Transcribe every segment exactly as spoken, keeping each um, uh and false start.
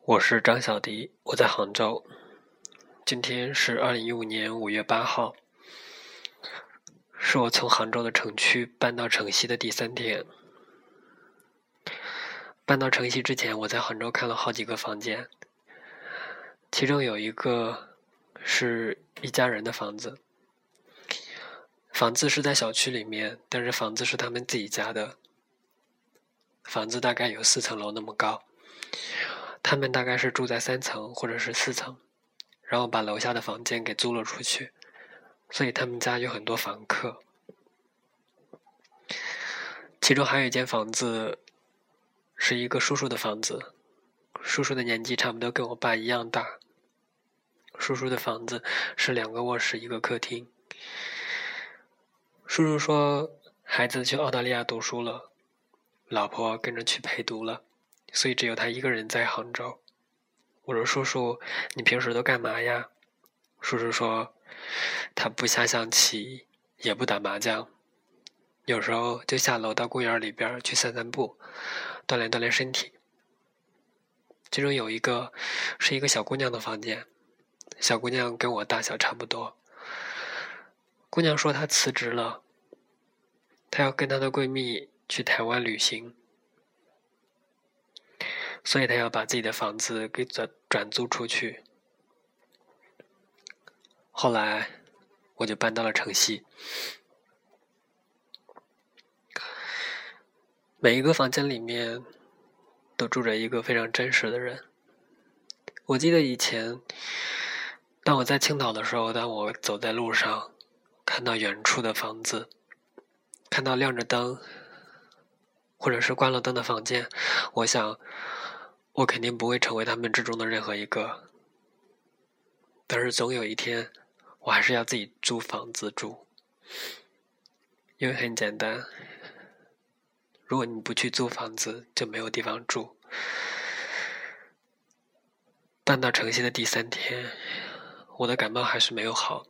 我是张小迪，我在杭州。今天是二零一五年五月八号，是我从杭州的城区搬到城西的第三天。搬到城西之前，我在杭州看了好几个房间，其中有一个是一家人的房子。房子是在小区里面，但是房子是他们自己家的。房子大概有四层楼那么高，他们大概是住在三层或者是四层，然后把楼下的房间给租了出去，所以他们家有很多房客。其中还有一间房子是一个叔叔的房子，叔叔的年纪差不多跟我爸一样大。叔叔的房子是两个卧室一个客厅。叔叔说孩子去澳大利亚读书了，老婆跟着去陪读了，所以只有他一个人在杭州。我说叔叔，你平时都干嘛呀？叔叔说他不下象棋，也不打麻将，有时候就下楼到公园里边去散散步，锻炼锻炼身体。其中有一个是一个小姑娘的房间，小姑娘跟我大小差不多。姑娘说她辞职了，她要跟她的闺蜜去台湾旅行，所以她要把自己的房子给转转租出去。后来我就搬到了城西。每一个房间里面都住着一个非常真实的人。我记得以前当我在青岛的时候，当我走在路上看到远处的房子，看到亮着灯或者是关了灯的房间，我想我肯定不会成为他们之中的任何一个，但是总有一天我还是要自己租房子住。因为很简单，如果你不去租房子就没有地方住。搬到城西的第三天，我的感冒还是没有好，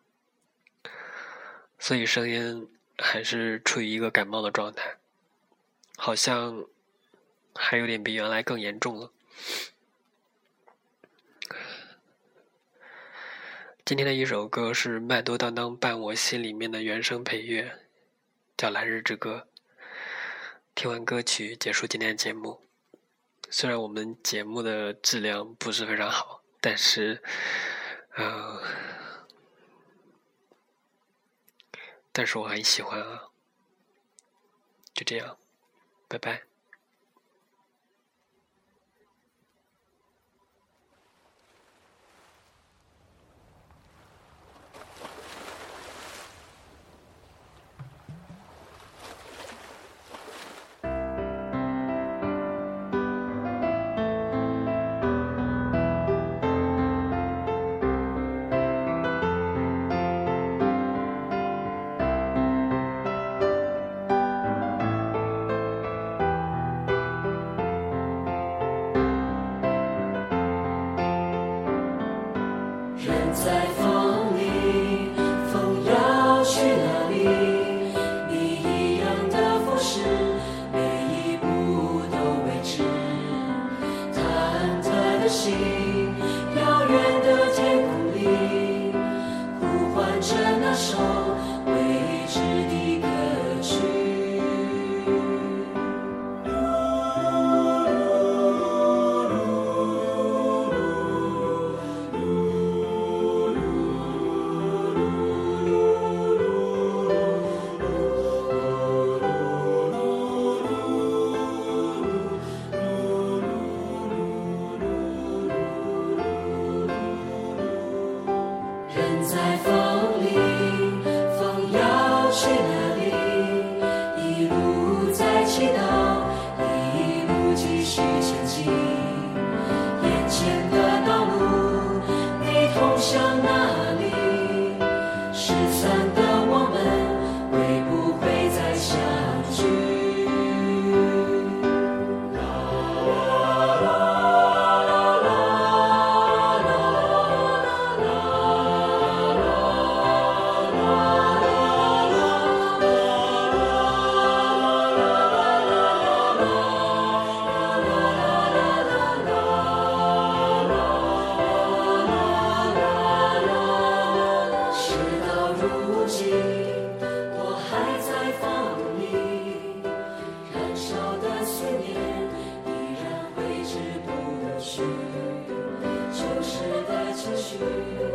所以声音还是处于一个感冒的状态，好像还有点比原来更严重了。今天的一首歌是麦兜当当伴我心里面的原声配乐，叫《来日之歌》。听完歌曲结束今天的节目。虽然我们节目的质量不是非常好，但是呃，但是我很喜欢啊。就这样，拜拜。 在风里，风要去哪里？你一样的服饰，每一步都未知。忐忑的心，遥远的天空里，呼唤着那首未知的歌曲。在风里，风要去哪里？一路在祈祷，一路继续前进。眼前的道路，你通向哪里？失散的我们，会不会再相聚？啦啦去。